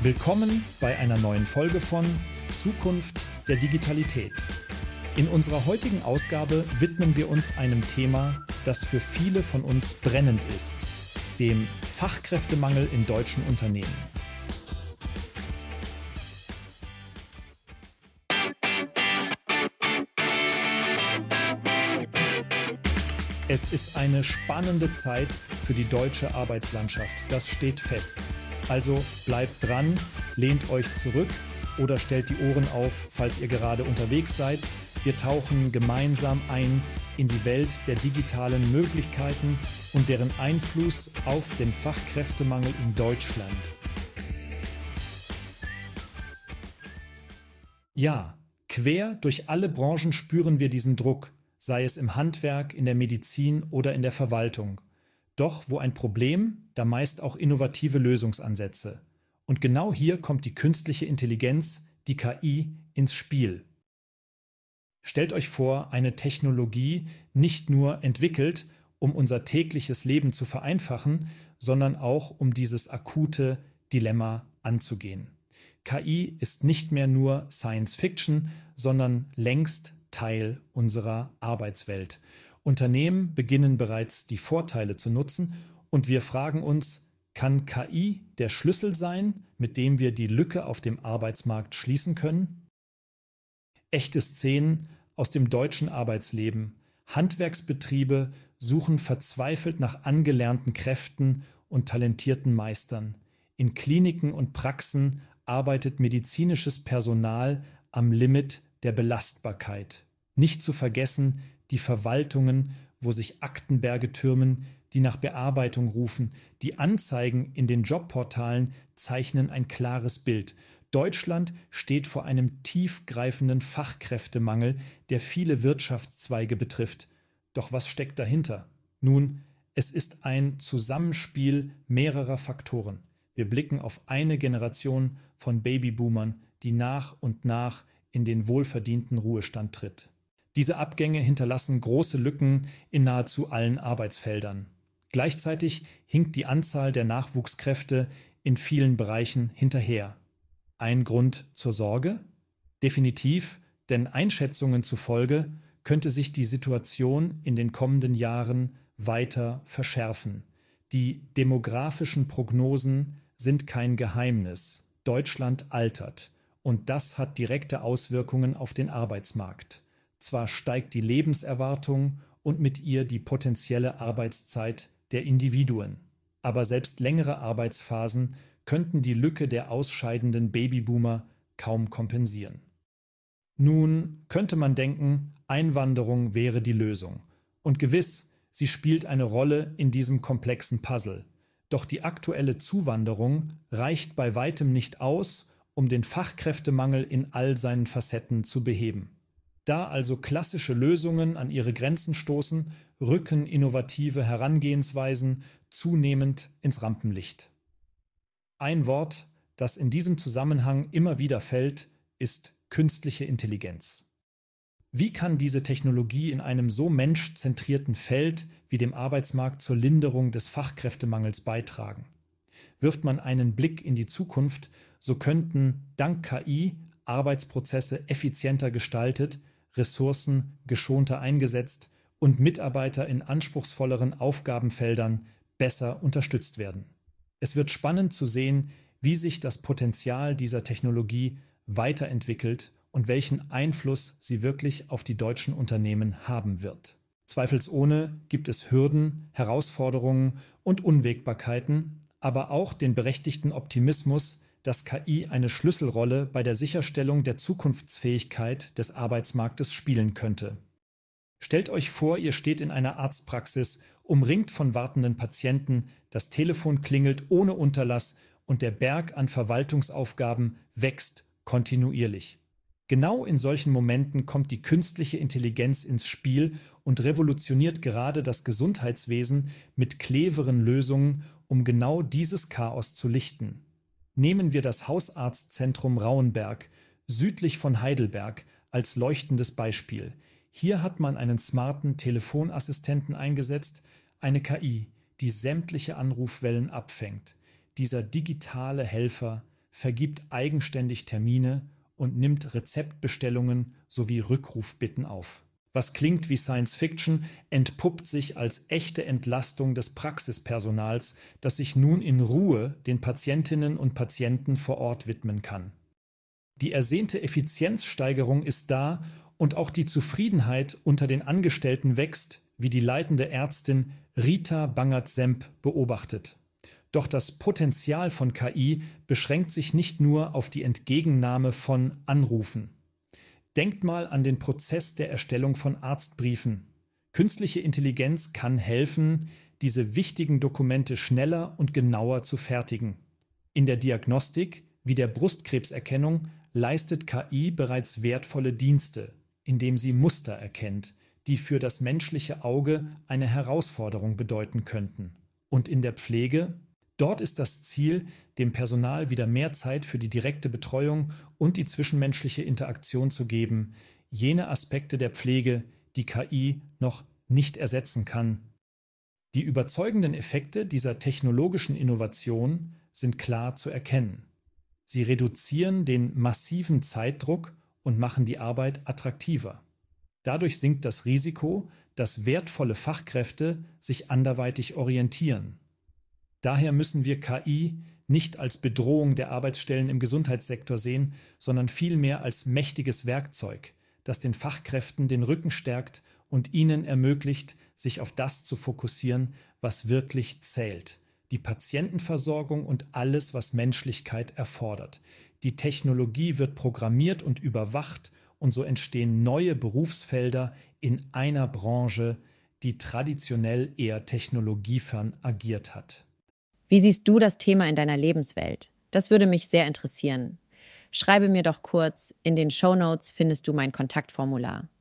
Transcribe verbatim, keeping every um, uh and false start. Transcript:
Willkommen bei einer neuen Folge von Zukunft der Digitalität. In unserer heutigen Ausgabe widmen wir uns einem Thema, das für viele von uns brennend ist, dem Fachkräftemangel in deutschen Unternehmen. Es ist eine spannende Zeit für die deutsche Arbeitslandschaft, das steht fest. Also bleibt dran, lehnt euch zurück oder stellt die Ohren auf, falls ihr gerade unterwegs seid. Wir tauchen gemeinsam ein in die Welt der digitalen Möglichkeiten und deren Einfluss auf den Fachkräftemangel in Deutschland. Ja, quer durch alle Branchen spüren wir diesen Druck, sei es im Handwerk, in der Medizin oder in der Verwaltung. Doch wo ein Problem, da meist auch innovative Lösungsansätze. Und genau hier kommt die künstliche Intelligenz, die K I, ins Spiel. Stellt euch vor, eine Technologie nicht nur entwickelt, um unser tägliches Leben zu vereinfachen, sondern auch um dieses akute Dilemma anzugehen. K I ist nicht mehr nur Science Fiction, sondern längst Teil unserer Arbeitswelt. Unternehmen beginnen bereits die Vorteile zu nutzen und wir fragen uns, kann K I der Schlüssel sein, mit dem wir die Lücke auf dem Arbeitsmarkt schließen können? Echte Szenen aus dem deutschen Arbeitsleben. Handwerksbetriebe suchen verzweifelt nach angelernten Kräften und talentierten Meistern. In Kliniken und Praxen arbeitet medizinisches Personal am Limit der Belastbarkeit. Nicht zu vergessen die Verwaltungen, wo sich Aktenberge türmen, die nach Bearbeitung rufen. Die Anzeigen in den Jobportalen zeichnen ein klares Bild. Deutschland steht vor einem tiefgreifenden Fachkräftemangel, der viele Wirtschaftszweige betrifft. Doch was steckt dahinter? Nun, es ist ein Zusammenspiel mehrerer Faktoren. Wir blicken auf eine Generation von Babyboomern, die nach und nach in den wohlverdienten Ruhestand tritt. Diese Abgänge hinterlassen große Lücken in nahezu allen Arbeitsfeldern. Gleichzeitig hinkt die Anzahl der Nachwuchskräfte in vielen Bereichen hinterher. Ein Grund zur Sorge? Definitiv, denn Einschätzungen zufolge könnte sich die Situation in den kommenden Jahren weiter verschärfen. Die demografischen Prognosen sind kein Geheimnis. Deutschland altert und das hat direkte Auswirkungen auf den Arbeitsmarkt. Zwar steigt die Lebenserwartung und mit ihr die potenzielle Arbeitszeit der Individuen, aber selbst längere Arbeitsphasen könnten die Lücke der ausscheidenden Babyboomer kaum kompensieren. Nun könnte man denken, Einwanderung wäre die Lösung. Und gewiss, sie spielt eine Rolle in diesem komplexen Puzzle. Doch die aktuelle Zuwanderung reicht bei weitem nicht aus, um den Fachkräftemangel in all seinen Facetten zu beheben. Da also klassische Lösungen an ihre Grenzen stoßen, rücken innovative Herangehensweisen zunehmend ins Rampenlicht. Ein Wort, das in diesem Zusammenhang immer wieder fällt, ist künstliche Intelligenz. Wie kann diese Technologie in einem so menschzentrierten Feld wie dem Arbeitsmarkt zur Linderung des Fachkräftemangels beitragen? Wirft man einen Blick in die Zukunft, so könnten dank K I Arbeitsprozesse effizienter gestaltet, Ressourcen geschonter eingesetzt und Mitarbeiter in anspruchsvolleren Aufgabenfeldern besser unterstützt werden. Es wird spannend zu sehen, wie sich das Potenzial dieser Technologie weiterentwickelt und welchen Einfluss sie wirklich auf die deutschen Unternehmen haben wird. Zweifelsohne gibt es Hürden, Herausforderungen und Unwägbarkeiten, aber auch den berechtigten Optimismus, dass K I eine Schlüsselrolle bei der Sicherstellung der Zukunftsfähigkeit des Arbeitsmarktes spielen könnte. Stellt euch vor, ihr steht in einer Arztpraxis, umringt von wartenden Patienten, das Telefon klingelt ohne Unterlass und der Berg an Verwaltungsaufgaben wächst kontinuierlich. Genau in solchen Momenten kommt die künstliche Intelligenz ins Spiel und revolutioniert gerade das Gesundheitswesen mit cleveren Lösungen, um genau dieses Chaos zu lichten. Nehmen wir das Hausarztzentrum Rauenberg, südlich von Heidelberg, als leuchtendes Beispiel. Hier hat man einen smarten Telefonassistenten eingesetzt, eine K I, die sämtliche Anrufwellen abfängt. Dieser digitale Helfer vergibt eigenständig Termine und nimmt Rezeptbestellungen sowie Rückrufbitten auf. Was klingt wie Science Fiction, entpuppt sich als echte Entlastung des Praxispersonals, das sich nun in Ruhe den Patientinnen und Patienten vor Ort widmen kann. Die ersehnte Effizienzsteigerung ist da und auch die Zufriedenheit unter den Angestellten wächst, wie die leitende Ärztin Rita Bangert-Semp beobachtet. Doch das Potenzial von K I beschränkt sich nicht nur auf die Entgegennahme von Anrufen. Denkt mal an den Prozess der Erstellung von Arztbriefen. Künstliche Intelligenz kann helfen, diese wichtigen Dokumente schneller und genauer zu fertigen. In der Diagnostik, wie der Brustkrebserkennung, leistet K I bereits wertvolle Dienste, indem sie Muster erkennt, die für das menschliche Auge eine Herausforderung bedeuten könnten. Und in der Pflege? Dort ist das Ziel, dem Personal wieder mehr Zeit für die direkte Betreuung und die zwischenmenschliche Interaktion zu geben, jene Aspekte der Pflege, die K I noch nicht ersetzen kann. Die überzeugenden Effekte dieser technologischen Innovation sind klar zu erkennen. Sie reduzieren den massiven Zeitdruck und machen die Arbeit attraktiver. Dadurch sinkt das Risiko, dass wertvolle Fachkräfte sich anderweitig orientieren. Daher müssen wir K I nicht als Bedrohung der Arbeitsstellen im Gesundheitssektor sehen, sondern vielmehr als mächtiges Werkzeug, das den Fachkräften den Rücken stärkt und ihnen ermöglicht, sich auf das zu fokussieren, was wirklich zählt: die Patientenversorgung und alles, was Menschlichkeit erfordert. Die Technologie wird programmiert und überwacht, und so entstehen neue Berufsfelder in einer Branche, die traditionell eher technologiefern agiert hat. Wie siehst du das Thema in deiner Lebenswelt? Das würde mich sehr interessieren. Schreibe mir doch kurz, in den Shownotes findest du mein Kontaktformular.